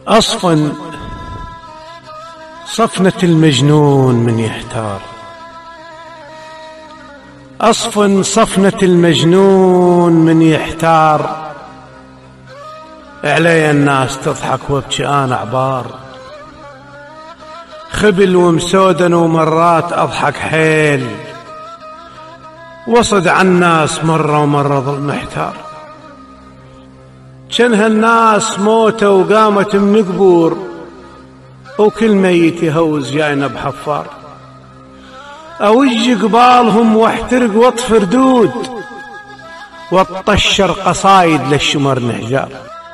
أصفن صفنة المجنون من يحتار، أصفن صفنة المجنون من يحتار، علي الناس تضحك وابكي أنا عبار، خبل ومسودن ومرات أضحك حيل، وصد عالناس مرة ومرة ظل محتار، جنها الناس موتة وقامت من قبور، وكل ميت يهوز جاينا بحفار، أوج قبالهم واحترق واطف ردود، واطشر قصايد للشمر نحجار.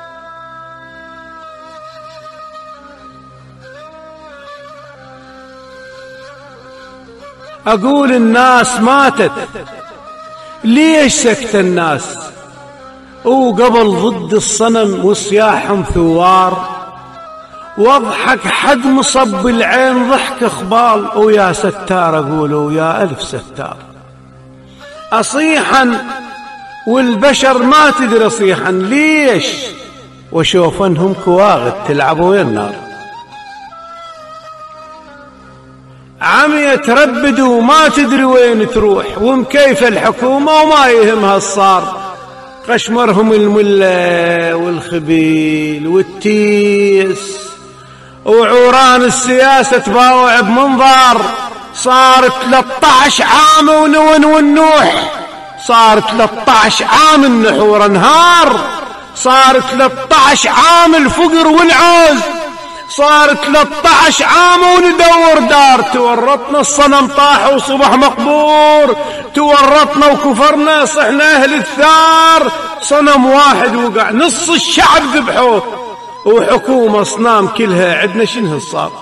أقول الناس ماتت، ليش سكت الناس؟ وقبل ضد الصنم وصياحهم ثوار، واضحك حد مصب العين ضحك اخبال، ويا ستار اقولوا يا الف ستار. اصيحا والبشر ما تدري صيحا ليش، وشوف انهم كواغد تلعبوا ويا النار. عمي تربد وما تدري وين تروح، ومكيف الحكومة وما يهمها الصار، قشمرهم الملة والخبيل والتيس، وعوران السياسة تباوع بمنظار. صار 13 عام ونون والنوح، صار 13 عام النحور انهار، صار 13 عام الفقر والعوز، صار 13 عام وندور دار. تورطنا الصنم طاح وصبح مقبور، تورطنا وكفرنا صحنا اهل الثار. صنم واحد وقع نص الشعب ذبحوه، وحكومة صنام كلها عدنا شنه صار.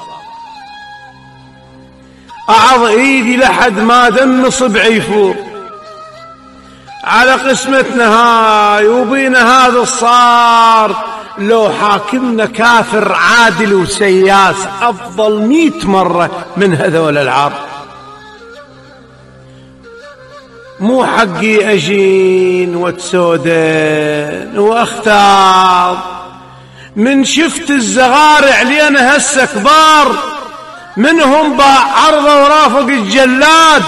اعض ايدي لحد ما دم صبعي يفور، على قسمتنا هاي وبينا هذا الصار. لو حاكمنا كافر عادل وسياس، أفضل 100 مرة من هذول العار. مو حقي أجين وتسودن وأختار، من شفت الزغارع لينا هسه كبار، منهم باع عرضه ورافق الجلاد،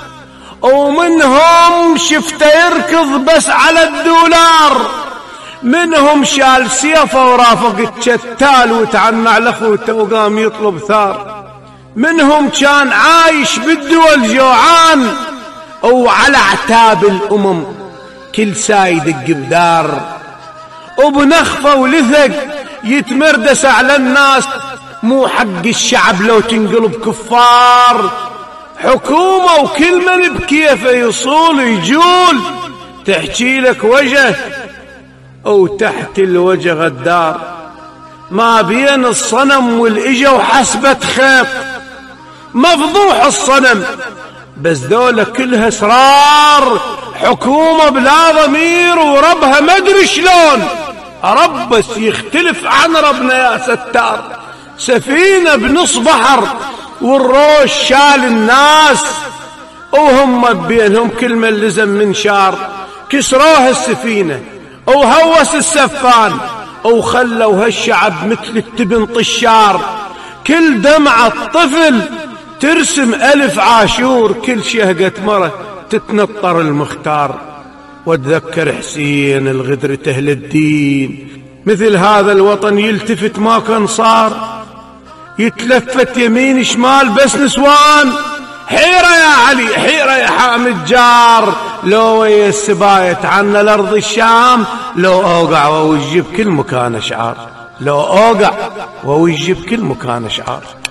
ومنهم شفته يركض بس على الدولار، منهم شال سيفه ورافق الشتال وتعنع لأخوته وقام يطلب ثار، منهم كان عايش بالدول جوعان، وعلى عتاب الأمم كل سايد القبدار، وبنخفة ولثق يتمردس على الناس. مو حق الشعب لو تنقلب كفار، حكومة وكل من بكيفه يصول يجول، تحكي لك وجه وتحت الوجه غدار. ما بين الصنم والإجا وحسبة خيط، مفضوح الصنم بس دولة كلها اسرار. حكومة بلا ضمير وربها ما ادري شلون، رب بس يختلف عن ربنا يا ستار. سفينة بنص بحر والروش شال الناس، وهم بينهم كل من لزم من شار. كسروها السفينة وهوس السفان، وخلوا هالشعب مثل التبن طشار. كل دمعة طفل ترسم 1000 عاشور، كل شهقة مرة تتنطر المختار. واتذكر حسين الغدر أهل الدين، مثل هذا الوطن يلتفت ما كان صار، يتلفت يمين شمال بس نسوان. حيرة يا علي حيرة يا حامد جار، لو ويا السباية عنا الأرض الشام، لو أوقع ووجب كل مكان أشعار، لو أوقع ووجب كل مكان أشعار.